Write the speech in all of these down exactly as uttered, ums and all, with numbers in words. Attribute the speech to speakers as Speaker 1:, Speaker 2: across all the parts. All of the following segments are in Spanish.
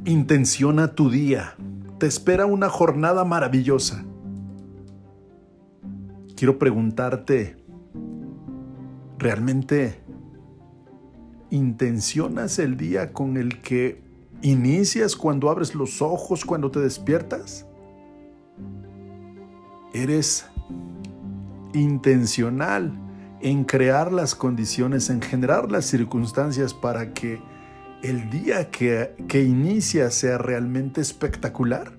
Speaker 1: Intenciona tu día. Te espera una jornada maravillosa. Quiero preguntarte, ¿realmente intencionas el día con el que inicias cuando abres los ojos, cuando te despiertas? ¿Eres intencional en crear las condiciones, en generar las circunstancias para que el día que, que inicia sea realmente espectacular?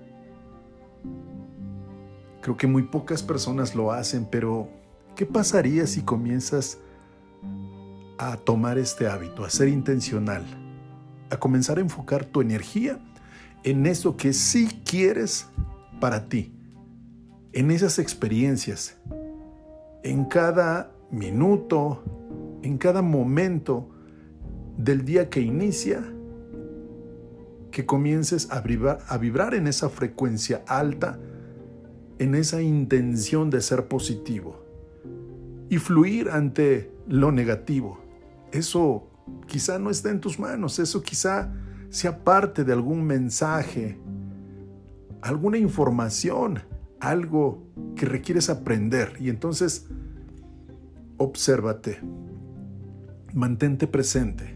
Speaker 1: Creo que muy pocas personas lo hacen, pero ¿qué pasaría si comienzas a tomar este hábito, a ser intencional, a comenzar a enfocar tu energía en eso que sí quieres para ti, en esas experiencias, en cada minuto, en cada momento del día que inicia, que comiences a vibrar, a vibrar en esa frecuencia alta, en esa intención de ser positivo y fluir ante lo negativo? Eso quizá no está en tus manos, eso quizá sea parte de algún mensaje, alguna información, algo que requieres aprender. Y entonces, obsérvate, mantente presente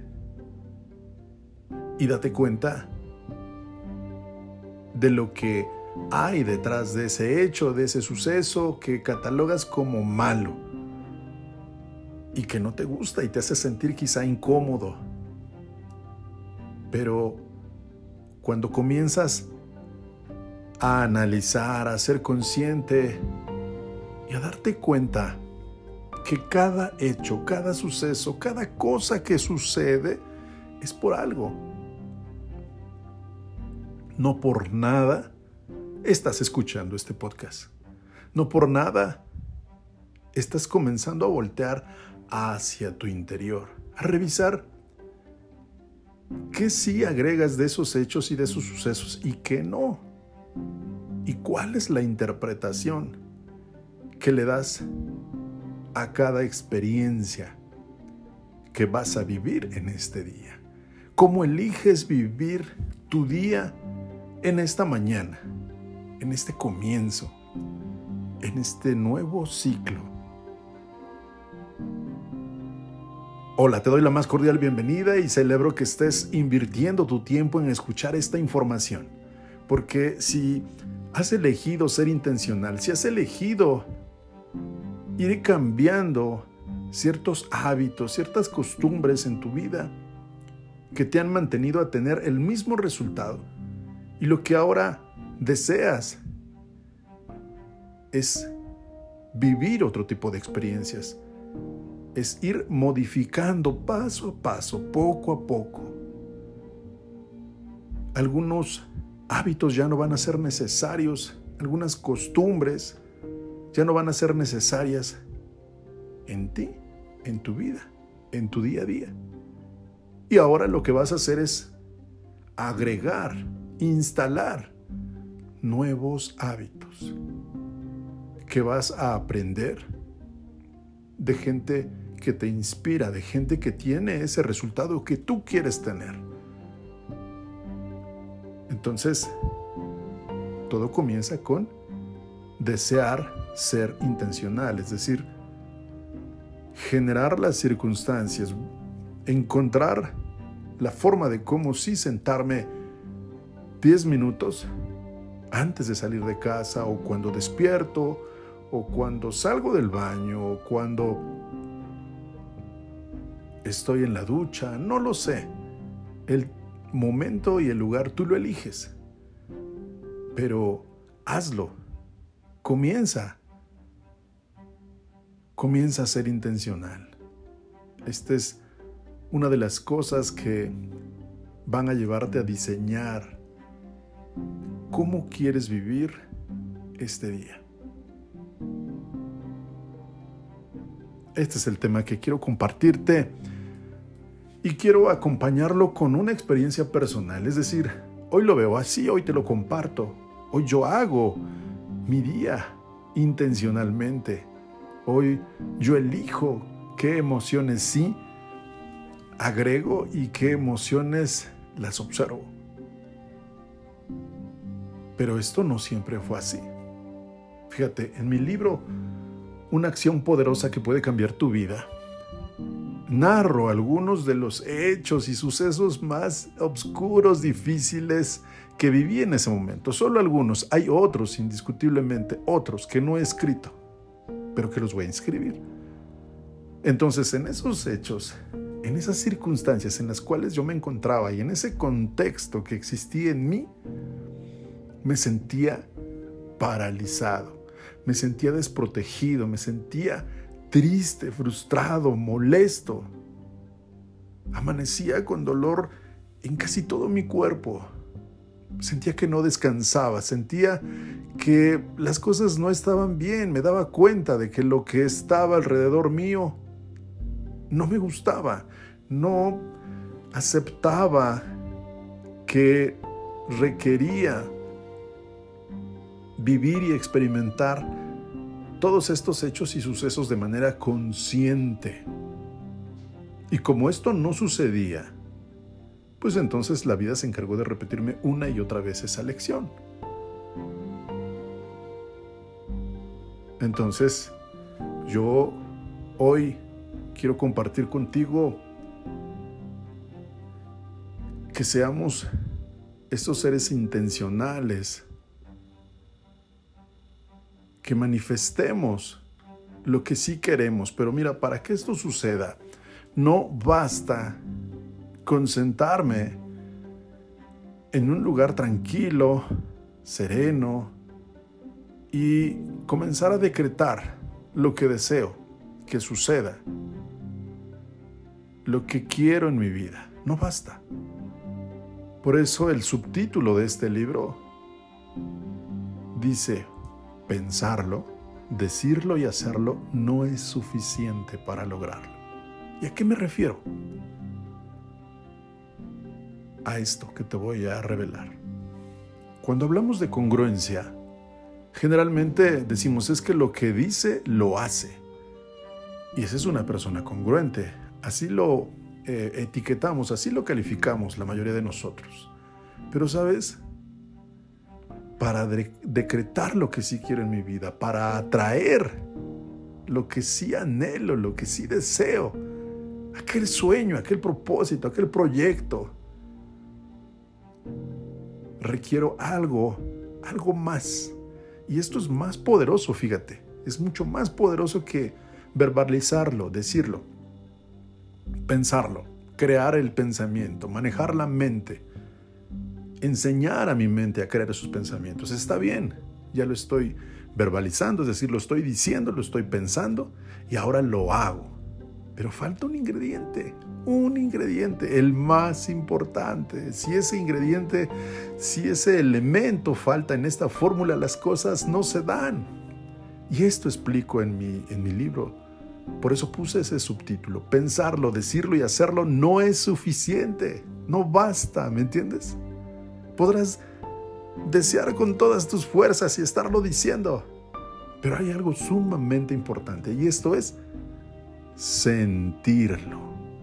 Speaker 1: y date cuenta de lo que hay detrás de ese hecho, de ese suceso que catalogas como malo y que no te gusta y te hace sentir quizá incómodo. Pero cuando comienzas a analizar, a ser consciente y a darte cuenta que cada hecho, cada suceso, cada cosa que sucede es por algo. No por nada estás escuchando este podcast. No por nada estás comenzando a voltear hacia tu interior, a revisar qué sí agregas de esos hechos y de esos sucesos y qué no. Y cuál es la interpretación que le das a cada experiencia que vas a vivir en este día. ¿Cómo eliges vivir tu día en esta mañana, en este comienzo, en este nuevo ciclo? Hola, te doy la más cordial bienvenida y celebro que estés invirtiendo tu tiempo en escuchar esta información. Porque si has elegido ser intencional, si has elegido ir cambiando ciertos hábitos, ciertas costumbres en tu vida que te han mantenido a tener el mismo resultado, y lo que ahora deseas es vivir otro tipo de experiencias, es ir modificando paso a paso, poco a poco. Algunos hábitos ya no van a ser necesarios, algunas costumbres ya no van a ser necesarias en ti, en tu vida, en tu día a día. Y ahora lo que vas a hacer es agregar, instalar nuevos hábitos que vas a aprender de gente que te inspira, de gente que tiene ese resultado que tú quieres tener. Entonces, todo comienza con desear ser intencional, es decir, generar las circunstancias, encontrar la forma de cómo sí sentarme diez minutos antes de salir de casa, o cuando despierto, o cuando salgo del baño, o cuando estoy en la ducha, no lo sé. El momento y el lugar tú lo eliges, pero hazlo. Comienza. Comienza a ser intencional. Esta es una de las cosas que van a llevarte a diseñar cómo quieres vivir este día. Este es el tema que quiero compartirte y quiero acompañarlo con una experiencia personal. Es decir, hoy lo veo así, hoy te lo comparto. Hoy yo hago mi día intencionalmente. Hoy yo elijo qué emociones sí agrego y qué emociones las observo. Pero esto no siempre fue así. Fíjate, en mi libro, Una acción poderosa que puede cambiar tu vida, narro algunos de los hechos y sucesos más oscuros, difíciles que viví en ese momento. Solo algunos, hay otros, indiscutiblemente, otros que no he escrito, pero que los voy a escribir. Entonces, en esos hechos, en esas circunstancias en las cuales yo me encontraba y en ese contexto que existía en mí, me sentía paralizado, me sentía desprotegido, me sentía triste, frustrado, molesto. Amanecía con dolor en casi todo mi cuerpo. Sentía que no descansaba, sentía que las cosas no estaban bien. Me daba cuenta de que lo que estaba alrededor mío no me gustaba. No aceptaba que requería vivir y experimentar todos estos hechos y sucesos de manera consciente. Y como esto no sucedía, pues entonces la vida se encargó de repetirme una y otra vez esa lección. Entonces, yo hoy quiero compartir contigo que seamos estos seres intencionales, que manifestemos lo que sí queremos. Pero mira, para que esto suceda, no basta con sentarme en un lugar tranquilo, sereno, y comenzar a decretar lo que deseo que suceda, lo que quiero en mi vida. No basta. Por eso el subtítulo de este libro dice: pensarlo, decirlo y hacerlo no es suficiente para lograrlo. ¿Y a qué me refiero? A esto que te voy a revelar. Cuando hablamos de congruencia, generalmente decimos es que lo que dice, lo hace. Y esa es una persona congruente. Así lo eh, etiquetamos, así lo calificamos la mayoría de nosotros. Pero, ¿sabes? Para de- decretar lo que sí quiero en mi vida, para atraer lo que sí anhelo, lo que sí deseo, aquel sueño, aquel propósito, aquel proyecto, requiero algo, algo más. Y esto es más poderoso, fíjate, es mucho más poderoso que verbalizarlo, decirlo, pensarlo, crear el pensamiento, manejar la mente, enseñar a mi mente a crear esos pensamientos. Está bien, ya lo estoy verbalizando, es decir, lo estoy diciendo, lo estoy pensando y ahora lo hago. Pero falta un ingrediente, un ingrediente, el más importante. Si ese ingrediente, si ese elemento falta en esta fórmula, las cosas no se dan. Y esto explico en mi, en mi libro. Por eso puse ese subtítulo. Pensarlo, decirlo y hacerlo no es suficiente. No basta, ¿me entiendes? Podrás desear con todas tus fuerzas y estarlo diciendo. Pero hay algo sumamente importante y esto es sentirlo.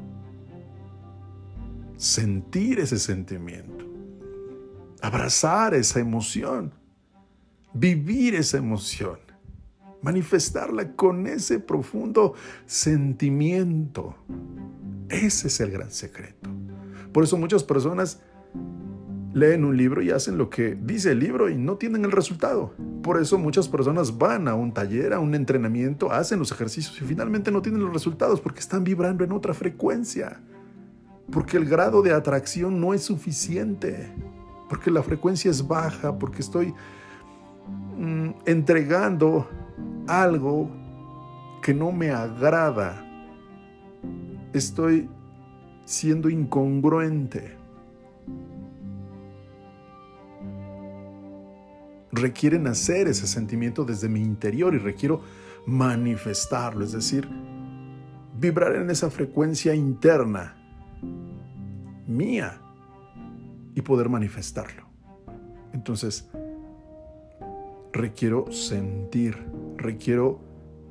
Speaker 1: Sentir ese sentimiento. Abrazar esa emoción. Vivir esa emoción. Manifestarla con ese profundo sentimiento. Ese es el gran secreto. Por eso muchas personas leen un libro y hacen lo que dice el libro y no tienen el resultado. Por eso muchas personas van a un taller, a un entrenamiento, hacen los ejercicios y finalmente no tienen los resultados porque están vibrando en otra frecuencia. Porque el grado de atracción no es suficiente. Porque la frecuencia es baja, porque estoy mm, entregando algo que no me agrada. Estoy siendo incongruente. Requiere nacer ese sentimiento desde mi interior y requiero manifestarlo, es decir, vibrar en esa frecuencia interna mía y poder manifestarlo. Entonces, requiero sentir, requiero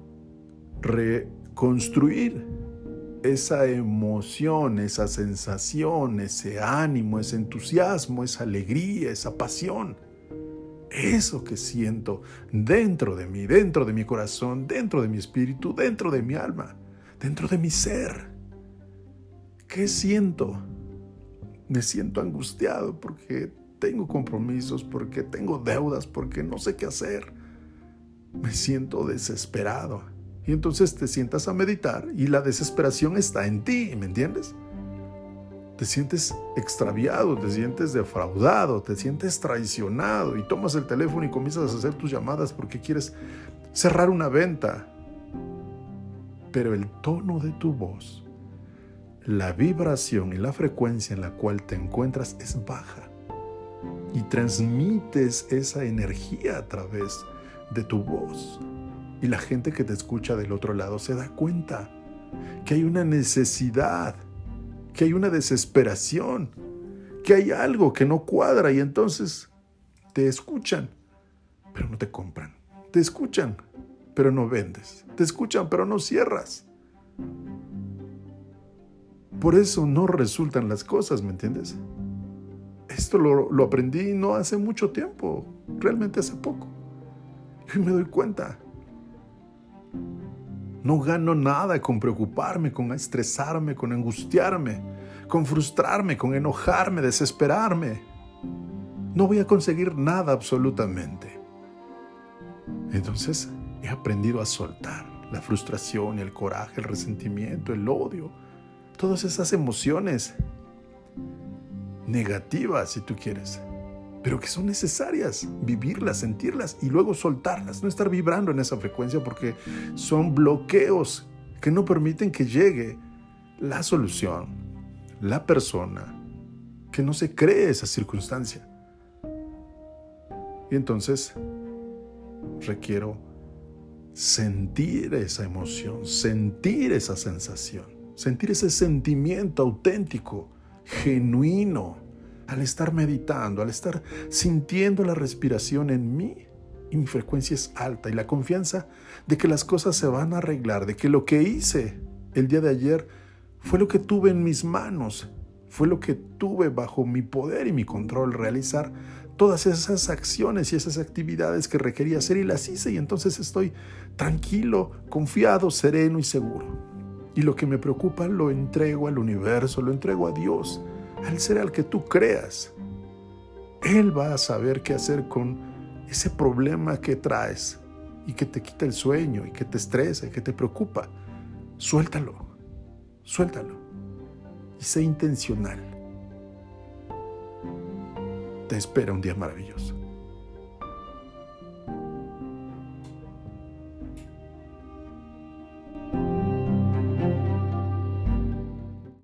Speaker 1: reconstruir esa emoción, esa sensación, ese ánimo, ese entusiasmo, esa alegría, esa pasión. Eso que siento dentro de mí, dentro de mi corazón, dentro de mi espíritu, dentro de mi alma, dentro de mi ser. ¿Qué siento? Me siento angustiado porque tengo compromisos, porque tengo deudas, porque no sé qué hacer. Me siento desesperado. Y entonces te sientas a meditar y la desesperación está en ti, ¿me entiendes? Te sientes extraviado, te sientes defraudado, te sientes traicionado y tomas el teléfono y comienzas a hacer tus llamadas porque quieres cerrar una venta. Pero el tono de tu voz, la vibración y la frecuencia en la cual te encuentras es baja y transmites esa energía a través de tu voz. Y la gente que te escucha del otro lado se da cuenta que hay una necesidad, que hay una desesperación, que hay algo que no cuadra y entonces te escuchan, pero no te compran. Te escuchan, pero no vendes. Te escuchan, pero no cierras. Por eso no resultan las cosas, ¿me entiendes? Esto lo, lo aprendí no hace mucho tiempo, realmente hace poco. Y me doy cuenta. No gano nada con preocuparme, con estresarme, con angustiarme, con frustrarme, con enojarme, desesperarme. No voy a conseguir nada absolutamente. Entonces he aprendido a soltar la frustración, el coraje, el resentimiento, el odio, todas esas emociones negativas, si tú quieres, pero que son necesarias, vivirlas, sentirlas y luego soltarlas, no estar vibrando en esa frecuencia porque son bloqueos que no permiten que llegue la solución, la persona, que no se cree esa circunstancia. Y entonces requiero sentir esa emoción, sentir esa sensación, sentir ese sentimiento auténtico, genuino, al estar meditando, al estar sintiendo la respiración en mí, y mi frecuencia es alta, y la confianza de que las cosas se van a arreglar, de que lo que hice el día de ayer fue lo que tuve en mis manos, fue lo que tuve bajo mi poder y mi control, realizar todas esas acciones y esas actividades que requería hacer y las hice, y entonces estoy tranquilo, confiado, sereno y seguro. Y lo que me preocupa lo entrego al universo, lo entrego a Dios, al ser al que tú creas. Él va a saber qué hacer con ese problema que traes y que te quita el sueño y que te estresa y que te preocupa. Suéltalo, suéltalo y sé intencional. Te espera un día maravilloso.